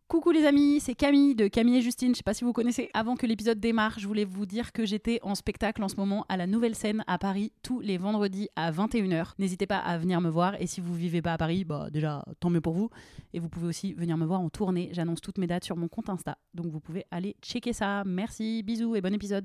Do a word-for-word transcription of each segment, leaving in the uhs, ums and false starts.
Coucou les amis, c'est Camille de Camille et Justine, je sais pas si vous connaissez. Avant que l'épisode démarre, je voulais vous dire que j'étais en spectacle en ce moment à la Nouvelle Scène à Paris tous les vendredis à vingt et une heures. N'hésitez pas à venir me voir et si vous vivez pas à Paris, bah déjà tant mieux pour vous. Et vous pouvez aussi venir me voir en tournée, j'annonce toutes mes dates sur mon compte Insta. Donc vous pouvez aller checker ça. Merci, bisous et bon épisode.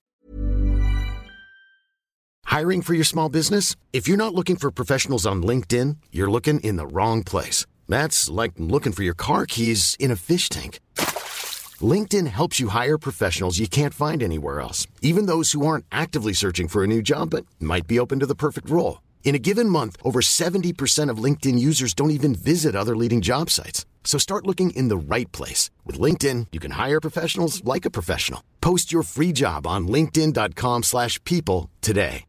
Hiring for your small business? If you're not looking for professionals on LinkedIn, you're looking in the wrong place. That's like looking for your car keys in a fish tank. LinkedIn helps you hire professionals you can't find anywhere else, even those who aren't actively searching for a new job but might be open to the perfect role. In a given month, over seventy percent of LinkedIn users don't even visit other leading job sites. So start looking in the right place. With LinkedIn, you can hire professionals like a professional. Post your free job on linkedin.com slash people today.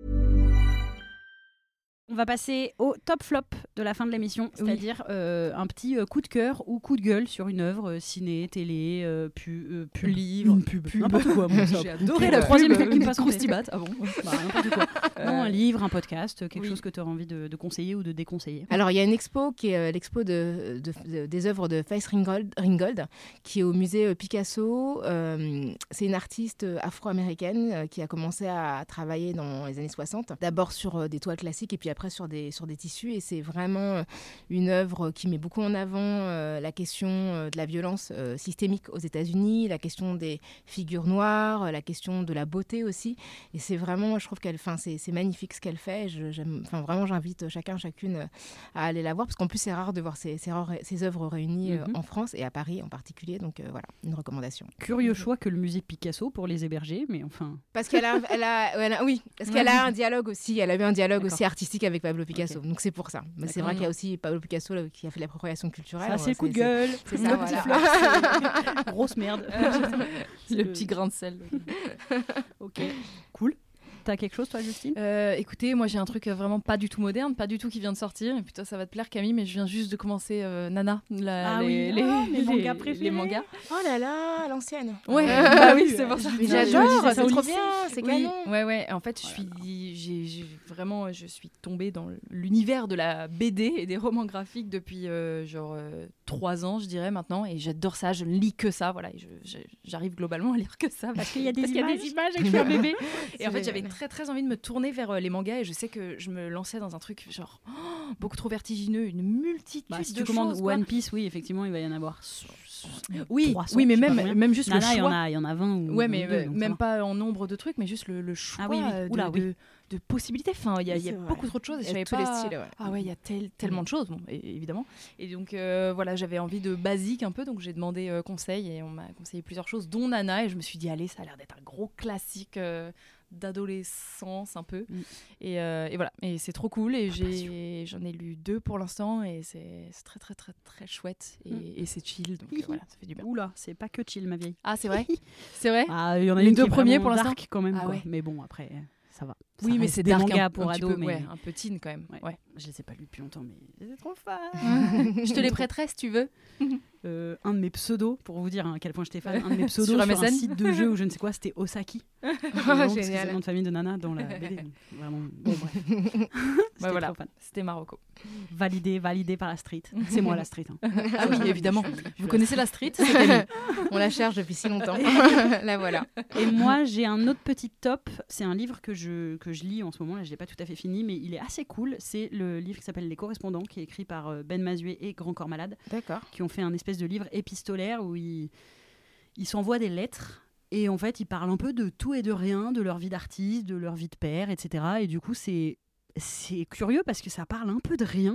On va passer au top flop de la fin de l'émission, c'est-à-dire oui. euh, un petit euh, coup de cœur ou coup de gueule sur une œuvre, euh, ciné, télé, euh, pu, euh, pub, livre, une pub, pub. N'importe quoi. Bon, j'ai adoré la troisième pub, qui me passe en Croustibat. Ah bon bah, n'importe quoi. Euh, non, un livre, un podcast, quelque oui. chose que tu auras envie de, de conseiller ou de déconseiller. Alors, il y a une expo qui est euh, l'expo de, de, de, des œuvres de Faith Ringgold, Ringgold, qui est au musée Picasso. Euh, c'est une artiste afro-américaine euh, qui a commencé à travailler dans les années soixante. D'abord sur euh, des toiles classiques et puis après sur des, sur des tissus. Et c'est vraiment une œuvre qui met beaucoup en avant euh, la question euh, de la violence euh, systémique aux États-Unis, la question des figures noires, euh, la question de la beauté aussi. Et c'est vraiment, moi, je trouve qu'elle, fin, c'est, c'est magnifique ce qu'elle fait. Je, j'aime, enfin, vraiment, j'invite chacun, chacune à aller la voir parce qu'en plus, c'est rare de voir ces, ces, ces œuvres réunies mm-hmm. euh, en France et à Paris en particulier. Donc euh, voilà, une recommandation. Curieux choix que le musée Picasso pour les héberger, mais enfin. Parce qu'elle a, elle a, elle a oui, parce qu'elle a un dialogue aussi. Elle a eu un dialogue D'accord. aussi artistique avec Pablo Picasso. Okay. Donc c'est pour ça. Mais D'accord. c'est vrai qu'il y a aussi Pablo Picasso là, qui a fait l'appropriation culturelle. Ça, c'est le coup de gueule. C'est, c'est ça, le voilà. petit flop, c'est... Grosse merde. le, le petit grain de sel. Ok, cool. T'as quelque chose, toi, Justine ? euh, Écoutez, moi, j'ai un truc vraiment pas du tout moderne, pas du tout qui vient de sortir. Et putain, ça va te plaire, Camille, mais je viens juste de commencer euh, Nana, la, ah, les, oui. les, oh, les, les mangas préférés. Les mangas. Oh là là, l'ancienne. Ouais, euh, bah oui, c'est pour ça. Mais j'adore, c'est trop bien, c'est oui, canon. Ouais, ouais. En fait, je suis, j'ai, j'ai vraiment, je suis tombée dans l'univers de la B D et des romans graphiques depuis euh, genre euh, trois ans, je dirais maintenant, et j'adore ça. Je ne lis que ça, voilà. Et je, je, j'arrive globalement à lire que ça parce qu'il y a des, parce images. Qu'il y a des images et que je suis un bébé. Et en fait, j'avais très très envie de me tourner vers les mangas et je sais que je me lançais dans un truc genre oh, beaucoup trop vertigineux, une multitude bah, si de tu commandes choses. One Piece, oui, effectivement, il va y en avoir. Oui, trois cents, oui, mais même, même juste Nana, le choix. Il y en a, il y en a vingt ou ouais, mais deux, même pas en nombre de trucs, mais juste le, le choix ah, oui, oui. De, Oula, de, oui. de possibilités. Enfin, il y a, oui, y a vrai. beaucoup trop de choses. Et je savais tous pas... les styles, ouais. Ah ouais, il y a tel, tellement de choses, bon, évidemment. Et donc euh, voilà, j'avais envie de basique un peu, donc j'ai demandé euh, conseil et on m'a conseillé plusieurs choses, dont Nana, et je me suis dit allez, ça a l'air d'être un gros classique. Euh, d'adolescence un peu mm. et, euh, et voilà et c'est trop cool et j'ai, j'en ai lu deux pour l'instant et c'est, c'est très très très très chouette et, mm. et c'est chill donc euh, voilà ça fait du bien. Oula, c'est pas que chill ma vieille. Ah c'est vrai c'est vrai ah il y en a les une deux qui premiers pour l'instant dark quand même ah, quoi. Ouais. Mais bon après ça va ça oui mais c'est des dark mangas un, pour un ados peu, mais ouais, un peu teen quand même ouais. Ouais. Je les ai pas lus depuis longtemps mais c'est trop fan. Je te les prêterai si tu veux. Euh, un de mes pseudos, pour vous dire hein, à quel point j'étais fan, un de mes pseudos sur, sur un site de jeu ou je ne sais quoi, c'était Osaki. Oh, génial. C'est le nom de famille de Nana dans la B D. Vraiment, bon bref. Ouais, voilà, c'était Marocco. Validé, validé par la street. C'est moi la street. Hein. Ah oui, évidemment. Je, je, je, vous je connaissez la street, c'est Camille. On la cherche depuis si longtemps. Là voilà. Et moi, j'ai un autre petit top. C'est un livre que je, que je lis en ce moment. Là, je ne l'ai pas tout à fait fini, mais il est assez cool. C'est le livre qui s'appelle Les Correspondants, qui est écrit par Ben Mazué et Grand Corps Malade. D'accord. Qui ont fait un espèce de livre épistolaire où ils, ils s'envoient des lettres et en fait ils parlent un peu de tout et de rien, de leur vie d'artiste, de leur vie de père, et cetera. Et du coup c'est, c'est curieux parce que ça parle un peu de rien.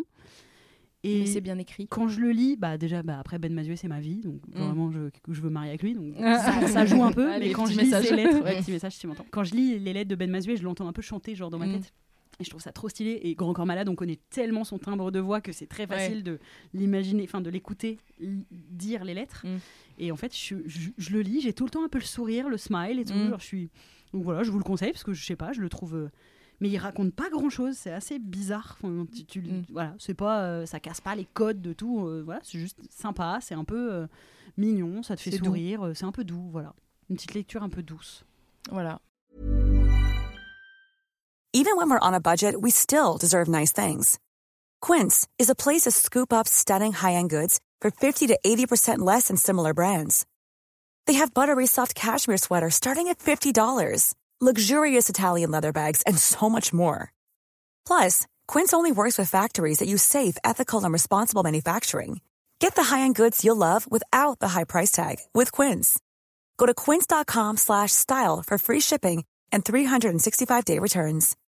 Et mais c'est bien écrit. Quand je le lis, bah déjà bah après Ben Mazué c'est ma vie, donc mm. vraiment je, je veux marier avec lui, donc ça, ça, ça joue un peu. Ah, mais quand je lis ces lettres, ouais, petit message si tu m'entends. Quand je lis les lettres de Ben Mazué, je l'entends un peu chanter genre dans ma mm. tête. Et je trouve ça trop stylé. Et Grand Corps Malade, on connaît tellement son timbre de voix que c'est très facile ouais. de l'imaginer, enfin de l'écouter l- dire les lettres. Mm. Et en fait, je, je, je le lis, j'ai tout le temps un peu le sourire, le smile et tout. Mm. Genre, je suis... Donc voilà, je vous le conseille parce que je sais pas, je le trouve. Mais il raconte pas grand chose, c'est assez bizarre. Enfin, tu, tu, mm. Voilà, c'est pas, euh, ça casse pas les codes de tout. Euh, voilà, c'est juste sympa, c'est un peu euh, mignon, ça te fait c'est sourire, euh, c'est un peu doux. Voilà, une petite lecture un peu douce. Voilà. Even when we're on a budget, we still deserve nice things. Quince is a place to scoop up stunning high-end goods for fifty to eighty percent less than similar brands. They have buttery soft cashmere sweaters starting at fifty dollars, luxurious Italian leather bags, and so much more. Plus, Quince only works with factories that use safe, ethical, and responsible manufacturing. Get the high-end goods you'll love without the high price tag with Quince. Go to quince.com slash style for free shipping and three sixty-five day returns.